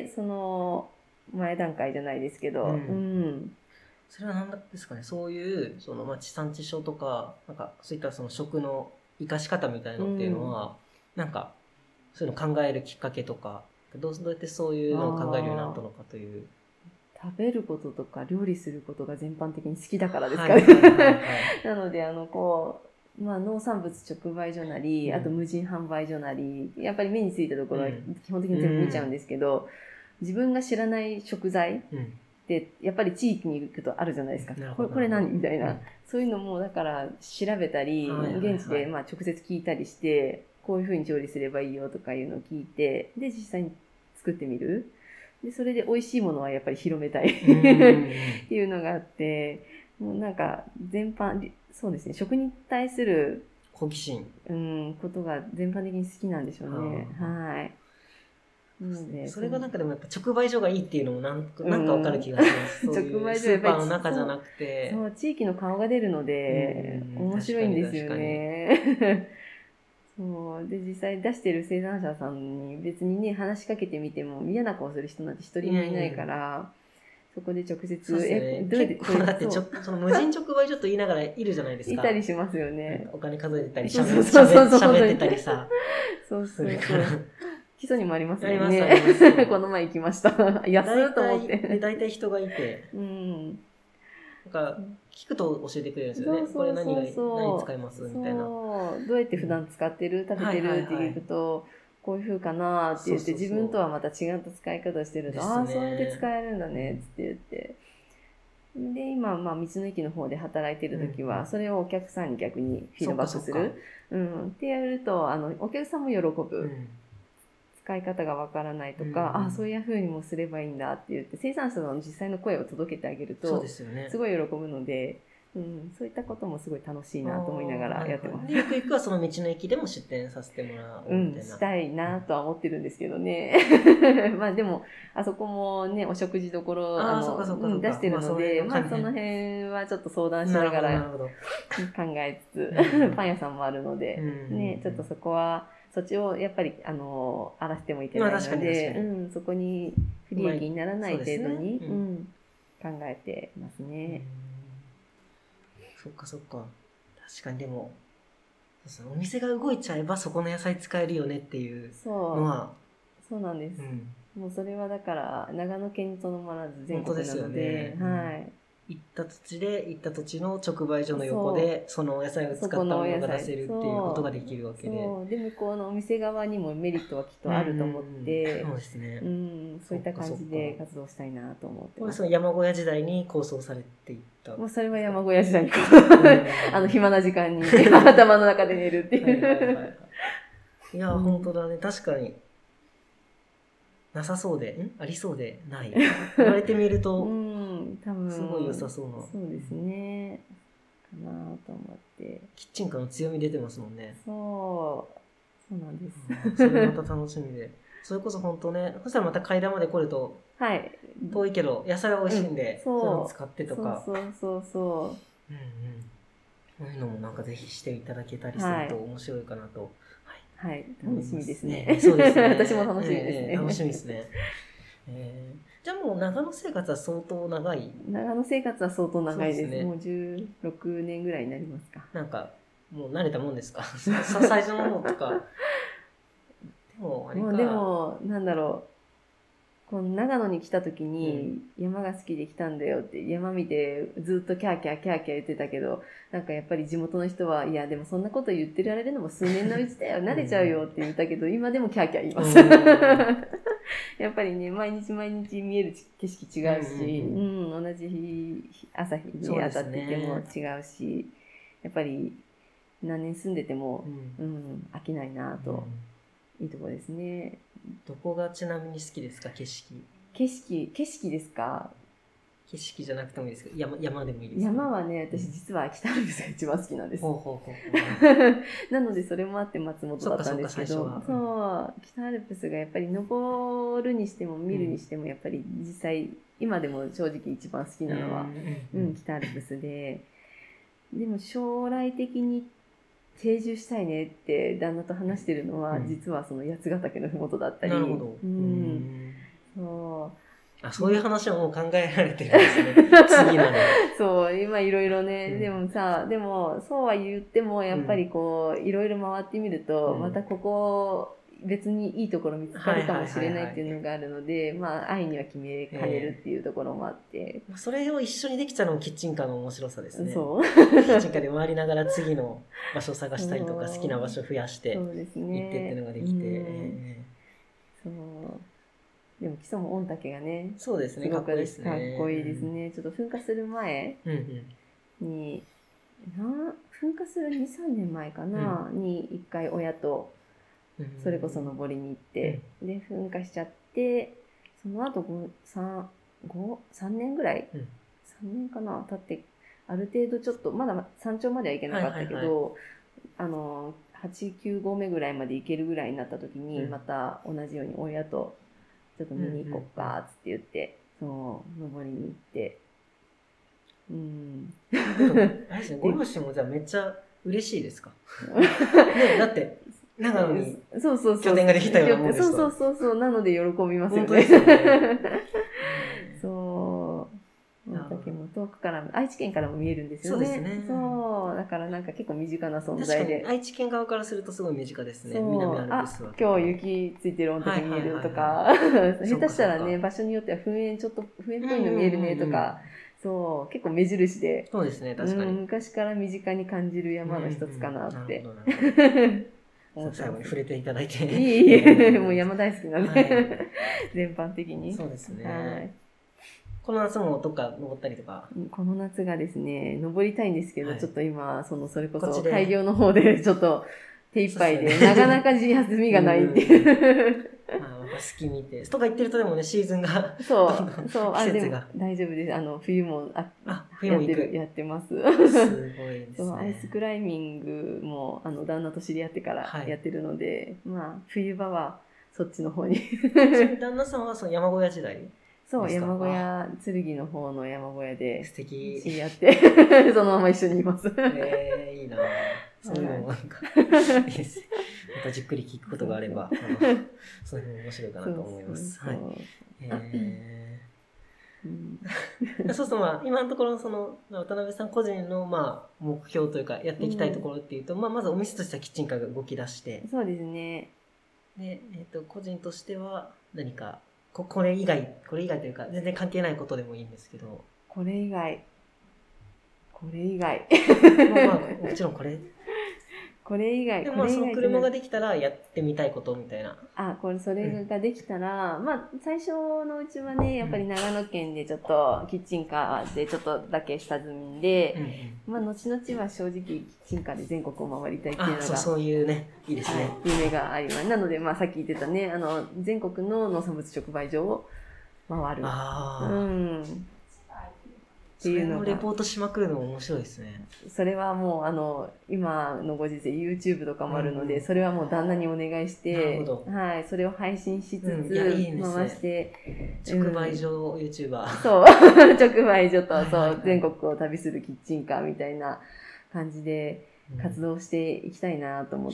その前段階じゃないですけど、 それは何ですかね、そういう地産地消とか、なんかそういったその食の生かし方みたいのっていうのは、なんかそういうのを考えるきっかけとか、どうやってそういうのを考えるようになったのかという。 食べることとか料理することが全般的に好きだからですかね。なので農産物直売所なり、あと無人販売所なり、やっぱり目についたところは基本的に全部見ちゃうんですけど、自分が知らない食材でやっぱり地域に行くとあるじゃないですか。これ何みたいな、そういうのもだから調べたり、現地で直接聞いたりして、こういう風に調理すればいいよとかいうのを聞いて、で実際に作ってみる。でそれで美味しいものはやっぱり広めたいっていうのがあって、もうなんか全般そうですね、食に対する好奇心ことが全般的に好きなんでしょうね。はい。 それがなんかでもやっぱ直売所がいいっていうのもなんかわかる気がします。直売所スーパーの中じゃなくて、 そう地域の顔が出るので面白いんですよね。そうで実際出してる生産者さんに別にね話しかけてみても嫌な顔する人なんて一人もいないから、そこで直接どうやってだってその無人直売所と言いながらいるじゃないですか。 いたりしますよね。 お金数えてたり喋ってたりさ。 そう基礎にもありますよね。この前行きました。安いと思って。 大体人がいて。なんか聞くと教えてくれるんですよね。これ何使いますみたいな。 どうやって普段使ってる食べてるって聞くと、こういう風かなって言って、自分とはまた違った使い方してると、そうやって使えるんだねって言って。 で今、道の駅の方で働いてる時は、それをお客さんに逆にフィードバックする、ってやるとお客さんも喜ぶ、使い方がわからないとか、そういう風にもすればいいんだって言って生産者の実際の声を届けてあげると、すごい喜ぶので、そういったこともすごい楽しいなと思いながらやってます。 でゆくゆくはその道の駅でも出店させてもらおうみたいな、 したいなとは思ってるんですけどね。でもあそこもねお食事どころ出してるので、その辺はちょっと相談しながら考えつつ、パン屋さんもあるので、ちょっとそこはそっちをやっぱり荒らしてもいけないので、そこに不利益にならない程度に、考えてますね。 そっかそっか。確かにでもお店が動いちゃえばそこの野菜使えるよねっていうのはそうなんです、もうそれはだから長野県にとどまらず全国なので、 行った土地の直売所の横でその野菜を使ったものが出せるっていうことができるわけで、 で向こうのお店側にもメリットはきっとあると思って、 そうですね、 そういった感じで活動したいなと思ってます。 その山小屋時代に構想されていった？ もうそれは山小屋時代に暇な時間に頭の中で寝るっていう。 いや本当だね、確かになさそうでありそうでない言われてみると多分すごい良さそうな。 そうですねかなと思って。 キッチンカーの強み出てますもんね。 そうなんです、 それまた楽しみでそれこそ本当ね、そしたらまた階段まで来ると、遠いけど野菜は美味しいんで、そういうのを使ってとか、そういうのもなんかぜひしていただけたりすると面白いかなと、 楽しみですね。 そうですね。 私も楽しみですね。 楽しみですね。じゃあもう長野生活は相当長い？ 長野生活は相当長いです。もう16年ぐらいになりますか。 なんかもう慣れたもんですか？最初の方とか。 でもなんだろう、この長野に来た時に山が好きで来たんだよって山見てずっとキャーキャーキャーキャー言ってたけど、なんかやっぱり地元の人はいやでもそんなこと言ってられるのも数年のうちだよ慣れちゃうよって言ったけど、今でもキャーキャー言いますやっぱりね毎日毎日見える景色違うし、同じ日朝日に当たってても違うし、やっぱり何年住んでても、飽きないなと、いいとこですね。 どこがちなみに好きですか？景色ですか？ 景色じゃなくてもいいですけど、山でもいいですか？ 山はね、私実は北アルプスが一番好きなんです。なのでそれもあって松本だったんですけど、北アルプスがやっぱり登るにしても見るにしてもやっぱり実際今でも正直一番好きなのは、北アルプスで、でも将来的に定住したいねって旦那と話してるのは、実はその八ヶ岳のふもとだったり。なるほど。そういう話をもう考えられてるんですね。次なの。 そう、今いろいろね、でもそうは言ってもやっぱりこういろいろ回ってみると、またここ別にいいところ見つかるかもしれないっていうのがあるので、愛には決めかねるっていうところもあって、 それを一緒にできたのもキッチンカーの面白さですね。キッチンカーで回りながら次の場所を探したりとか好きな場所を増やして行ってっていうのができて、 でも基礎も御嶽がね、 そうですね、かっこいいですね。 かっこいいですね。ちょっと噴火する前に、噴火する 2,3 年前かな、に一回親とそれこそ登りに行って、で噴火しちゃって、その後3年ぐらい、3年かな経って、ある程度ちょっとまだ山頂までは行けなかったけど、8、9合目ぐらいまで行けるぐらいになった時に、また同じように親とちょっと見に行こっかっつって言って、登りに行って、 あれですね、ご両親もじゃあめっちゃ嬉しいですか？ね、だって長野に拠点ができたようなもんでした。 そうなので喜びますよね。 本当ですよね。 御嶽も遠くから愛知県からも見えるんですよね。 そうですね。 だからなんか結構身近な存在で。 確かに愛知県側からするとすごい身近ですね。南アルプスは。 今日雪ついてる御嶽見えるとか、下手したらね場所によっては噴煙っぽいの見えるねとか。そう結構目印で、 そうですね、確かに、 昔から身近に感じる山の一つかなって。 最後に触れていただいて、 いいもう山大好きなんで、全般的に。 そうですね。 この夏もどっか登ったりとか。 この夏がですね、登りたいんですけど、 はい、 ちょっと今、それこそこっちで開業の方でちょっと手一杯で、なかなか休みがないっていう。 また好き見て。とか言ってるとでもね、シーズンが。 そう、 季節が。 大丈夫です。冬も、 冬も行く。 やってます。すごいですね。 アイスクライミングも、旦那と知り合ってからやってるので、まあ、冬場はそっちの方に。 旦那さんはその山小屋時代そう、山小屋、剣の方の山小屋で、 素敵。 知り合って、そのまま一緒にいます。 いいなぁ。そういうのもなんか、いいですね。またじっくり聞くことがあれば、そういうのも面白いかなと思います。はい。そうそう、まあ、今のところ、渡辺さん個人の、まあ、目標というか、やっていきたいところっていうと、まあ、まずお店としてはキッチンカーが動き出して。 そうですね。 で、個人としては、何か、これ以外というか、全然関係ないことでもいいんですけど。 これ以外。 まあ、もちろんこれでもまあその車ができたらやってみたいことみたいな。 それができたら、まあ最初のうちはね、やっぱり長野県でちょっとキッチンカーでちょっとだけ下積みで、まあ後々は正直キッチンカーで全国を回りたいっていうのが。 そういうね、いいですね。 夢があります。なので、まあさっき言ってたね、全国の農産物直売所を回る。 っていうのをレポートしまくるのも面白いですね。 それはもう今のご時世 YouTube とかもあるので、それはもう旦那にお願いして、はい、それを配信しつつ回して、 直売所 YouTuber。 そう、直売所と全国を旅するキッチンカーみたいな感じで活動していきたいなと思って、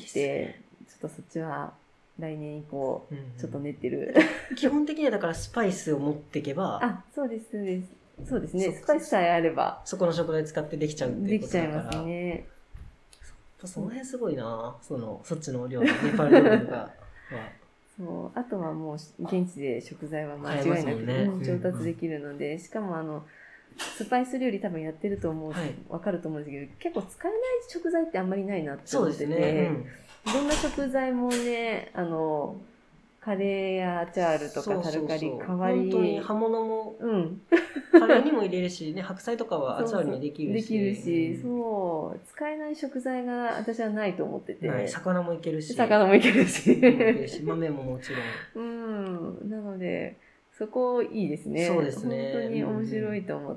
ちょっとそっちは来年以降ちょっと練ってる。 基本的にはだからスパイスを持っていけば、 そうです、そうです。そうですね。スパイスさえあれば。 そこの食材使ってできちゃうっていうことだから。 できちゃいますね。 その辺すごいなそっちの料理、ネパール料理とかは。 そう。あとはもう、現地で食材は間違いなく調達できるので、しかもスパイス料理多分やってると思うし、わかると思うんですけど、結構使えない食材ってあんまりないなって思ってて、どんな食材もね、カレーやアチャールとかタルカリ代わり。 本当に葉物も、カレーにも入れるし、ね、白菜とかはアチャールにできるし。 できるし、そう。使えない食材が私はないと思ってて。 魚もいけるし。豆ももちろん。なので、そこいいですね。 そうですね。 本当に面白いと思って。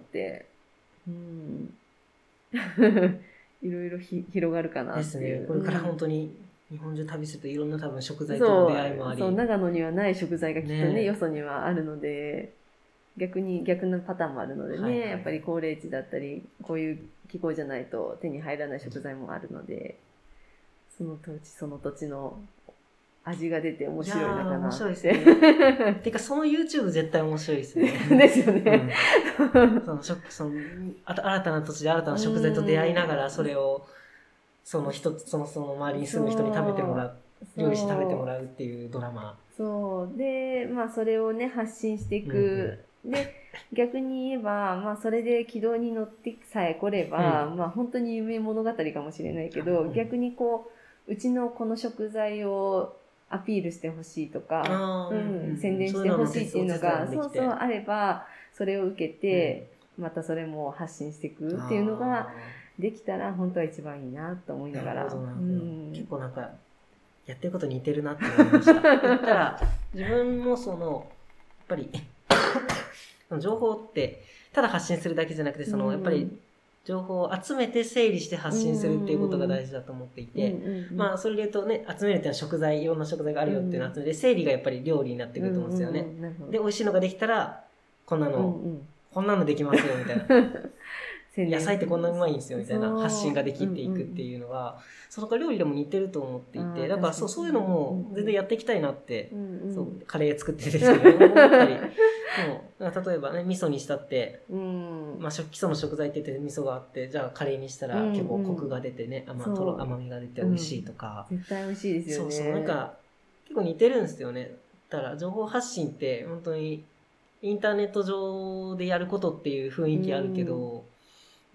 いろいろ広がるかなっていう。 ですね。これから本当に、日本中旅するといろんな多分食材との出会いもあり。 長野にはない食材がきっとね、よそにはあるので、逆のパターンもあるのでね、やっぱり高齢地だったり、こういう気候じゃないと手に入らない食材もあるので、その土地の味が出て面白いのかな。 面白いですね。てかその YouTube 絶対面白いですね。 ですよね。 新たな土地で新たな食材と出会いながらそれを、その周りに住む人に食べてもらう、料理して食べてもらうっていうドラマ。 そう。で、まあそれをね、発信していく。で、逆に言えば、まあそれで軌道に乗ってさえ来れば、まあ本当に夢物語かもしれないけど、逆にうちのこの食材をアピールしてほしいとか、宣伝してほしいっていうのが、そうあれば、それを受けて、またそれも発信していくっていうのが、できたら本当は一番いいなと思いながら。 結構なんかやってること似てるなって思いました。言ったら自分もやっぱり情報ってただ発信するだけじゃなくてやっぱり情報を集めて整理して発信するっていうことが大事だと思っていて、まあそれで言うとね、集めるっていうのはいろんな食材があるよっていうのを集めて、整理がやっぱり料理になってくると思うんですよね。で美味しいのができたらこんなのできますよみたいな。野菜ってこんなうまいんですよみたいな発信ができていくっていうのは、その料理でも似てると思っていて、だからそういうのも全然やっていきたいなって、カレー作っててですけど思ったり、例えばね味噌にしたって、まあ基礎の食材って言って味噌があって、じゃあカレーにしたら結構コクが出てね、甘みが出て美味しいとか、 絶対美味しいですよね。 そうなんか結構似てるんですよね。だから情報発信って本当にインターネット上でやることっていう雰囲気あるけど、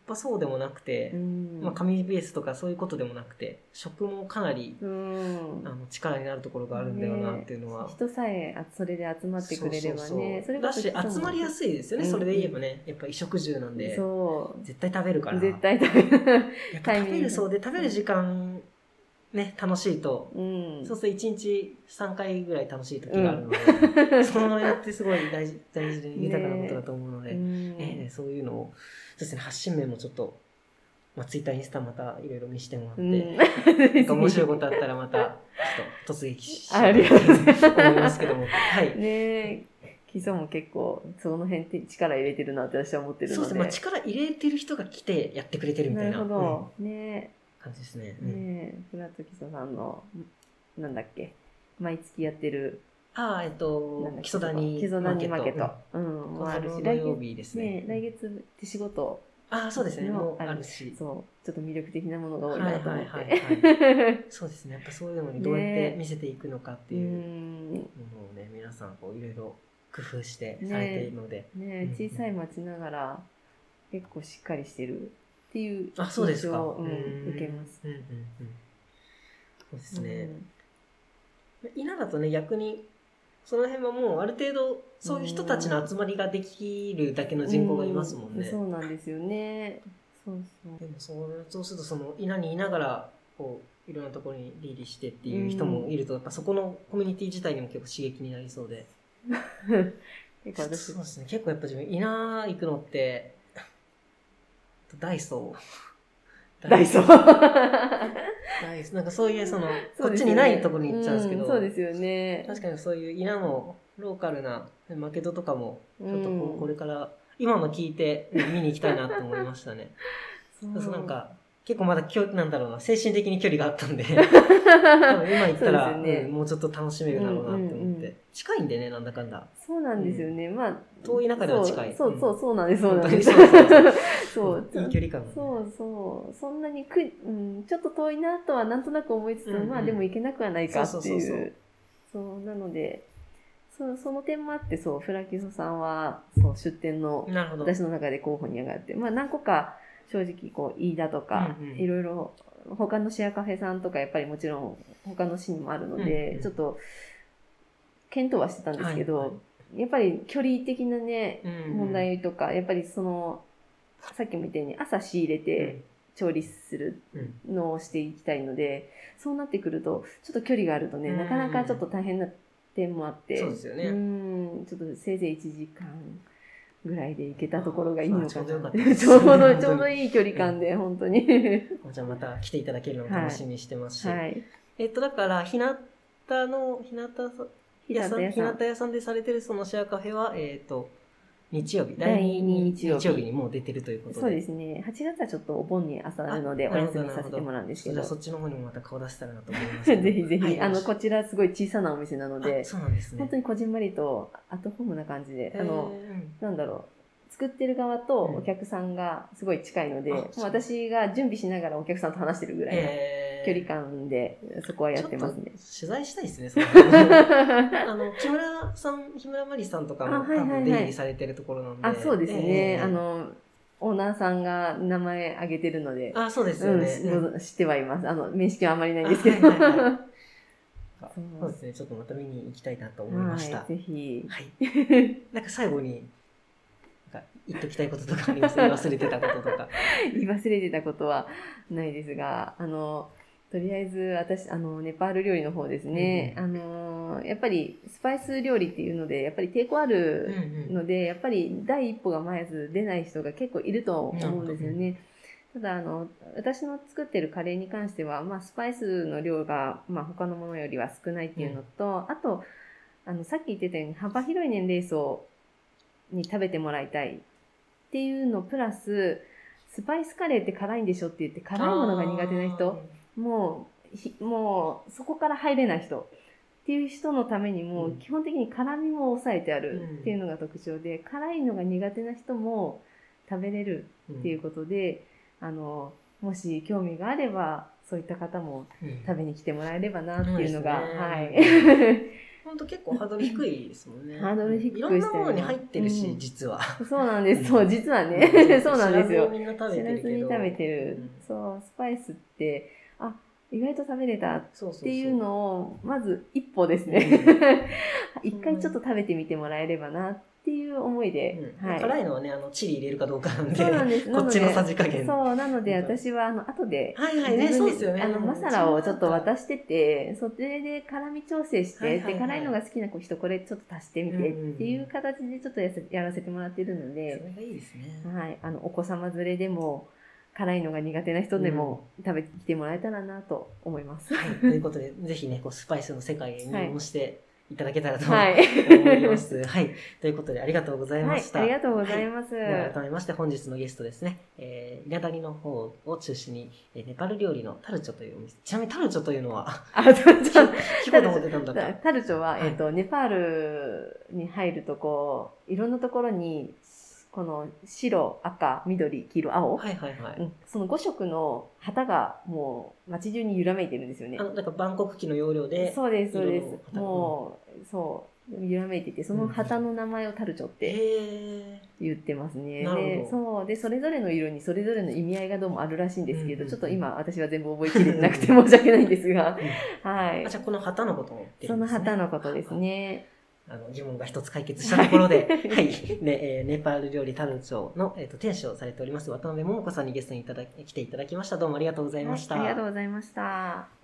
ぱそうでもなくて、まあ、紙ベースとかそういうことでもなくて、食もかなり、力になるところがあるんだよなっていうのは、 人さえそれで集まってくれればね、それだし集まりやすいですよね、それで言えばね。やっぱ衣食住なんで、絶対食べるから、 絶対食べるやっぱ食べる、そうで食べる時間ね、楽しいと、そうすると1日3回ぐらい楽しい時があるので、そのやってすごい大事で豊かなことだと思うので、そういうのを、そうですね、発信面もちょっと、まあ、ツイッター、インスタまたいろいろ見してもらって、なんか面白いことあったらまた、ちょっと突撃しようと思いますけども。はい。 ね基礎も結構、その辺って力入れてるなって私は思ってるので。 そうですね、まあ、力入れてる人が来てやってくれてるみたいな。 なるほど。ね感じですね。 フラット基礎さんの、なんだっけ、毎月やってる、 基礎谷マーケット。 もあるし、来月ですね。 来月手仕事。 そうですね。もうあるし。 そう。ちょっと魅力的なものが多いなと思って。 そうですね。やっぱそういうのにどうやって見せていくのかっていうものをね、皆さんこういろいろ工夫してされているので。 小さい町ながら結構しっかりしてるっていう印象を受けます。 そうですね。稲だとね、逆に、その辺はもうある程度そういう人たちの集まりができるだけの人口がいますもんね。 そうなんですよね。 でもそうするとその稲にいながらこういろんなところに出入りしてっていう人もいると、やっぱそこのコミュニティ自体にも結構刺激になりそうで。そうですね。結構やっぱ自分稲行くのってダイソーなんかそういうこっちにないところに行っちゃうんですけど、 そうですよね。 確かにそういう稲のローカルなマーケットとかもちょっとこれから今の聞いて見に行きたいなと思いましたね。なんか結構まだなんだろうな、精神的に距離があったんで多分今行ったら、もうちょっと楽しめるだろうなって思って、近いんでね、なんだかんだ。 そうなんですよね。まあ遠い中では近い。 そうなんです。そうなんです。そういい距離感。 そんなにちょっと遠いなとはなんとなく思いつつ、まあでも行けなくはないかっていう。そうなので。その点もあって、フラキソさんは、出店の、私の中で候補に上がって、まあ何個か、正直、飯田とか、いろいろ、他のシェアカフェさんとか、やっぱりもちろん、他の市にもあるので、ちょっと、検討はしてたんですけど、やっぱり距離的なね、問題とか、やっぱりさっきも言ったように、朝仕入れて、調理するのをしていきたいので、そうなってくると、ちょっと距離があるとね、なかなかちょっと大変な、点もあって、 そうですよね。 ちょっとせいぜい1時間ぐらいで行けたところがいいのかな。ちょうどいい距離感で、本当に。 じゃあまた来ていただけるのを楽しみにしてますし。だから、日向屋さんでされてるそのシェアカフェは、日曜日、第2日曜日にもう出てるということで。 そうですね。8月はちょっとお盆に朝あるのでお休みさせてもらうんですけど。 じゃあそっちの方にもまた顔出したらなと思います。 ぜひぜひ。こちらすごい小さなお店なので、 そうなんですね。 本当にこじんまりとアットホームな感じで、なんだろう、作ってる側とお客さんがすごい近いので、私が準備しながらお客さんと話してるぐらいの距離感で、そこはやってますね。 取材したいですね、木村まりさんとかも多分出入りされてるところなんで。 そうですね。オーナーさんが名前挙げてるので、 そうですよね。 知ってはいます。面識はあまりないんですけど。 そうですね。ちょっとまた見に行きたいなと思いました。 ぜひ。 はい。なんか最後に、言っときたいこととかあります？言い忘れてたこととか。 言い忘れてたことはないですが、とりあえず私、ネパール料理の方ですね。やっぱりスパイス料理っていうので、やっぱり抵抗あるので、やっぱり第一歩がまず出ない人が結構いると思うんですよね。ただ、私の作ってるカレーに関しては、まあ、スパイスの量が、まあ、他のものよりは少ないっていうのと、あと、さっき言ってたように幅広い年齢層に食べてもらいたいっていうのプラス、スパイスカレーって辛いんでしょって言って辛いものが苦手な人、もうそこから入れない人っていう人のためにも、基本的に辛みも抑えてあるっていうのが特徴で、辛いのが苦手な人も食べれるっていうことで、もし興味があればそういった方も食べに来てもらえればなっていうのが、はい。 本当結構ハードル低いですもんね。 ハードル低くしていろんなものに入ってるし、実は。 そうなんです。そう、実はね。そうなんですよ。 知らずにみんな食べてるけど。 知らずに食べてる。そう、スパイスって、意外と食べれたっていうのを、まず一歩ですね。一回ちょっと食べてみてもらえればなっていう思いで。 辛いのはね、チリ入れるかどうかなんで、 そうなんです。 こっちのさじ加減。 そう、なので私は後で、 そうですよね。 マサラをちょっと渡してて、それで辛み調整して、で、辛いのが好きな人これちょっと足してみてっていう形でちょっとやらせてもらってるので、 それがいいですね。 はい、お子様連れでも、辛いのが苦手な人でも食べてきてもらえたらなと思います。 はい、ということで、ぜひね、スパイスの世界に入門していただけたらと思います。はい。ということで、ありがとうございました。 ありがとうございます。 改めまして、本日のゲストですね、稲谷の方を中心に、ネパル料理のタルチョというお店。ちなみにタルチョというのは、聞こえたこと出たんだった。 タルチョは、ネパールに入るといろんなところに、この白、赤、緑、黄色、青、その5色の旗がもう街中に揺らめいてるんですよね。 なんか万国旗の要領で。 そうです、そうです。もう、そう、揺らめいてて、その旗の名前をタルチョって言ってますね。で、そう。で、それぞれの色にそれぞれの意味合いがどうもあるらしいんですけど、ちょっと今私は全部覚えきれてなくて申し訳ないんですが、はい。 じゃあこの旗のことを言ってるんですね。 その旗のことですね。 疑問が一つ解決したところで、はい、ネパール料理タルチョの、店主をされております渡辺桃子さんにゲストに来ていただきました。どうもありがとうございました。 ありがとうございました。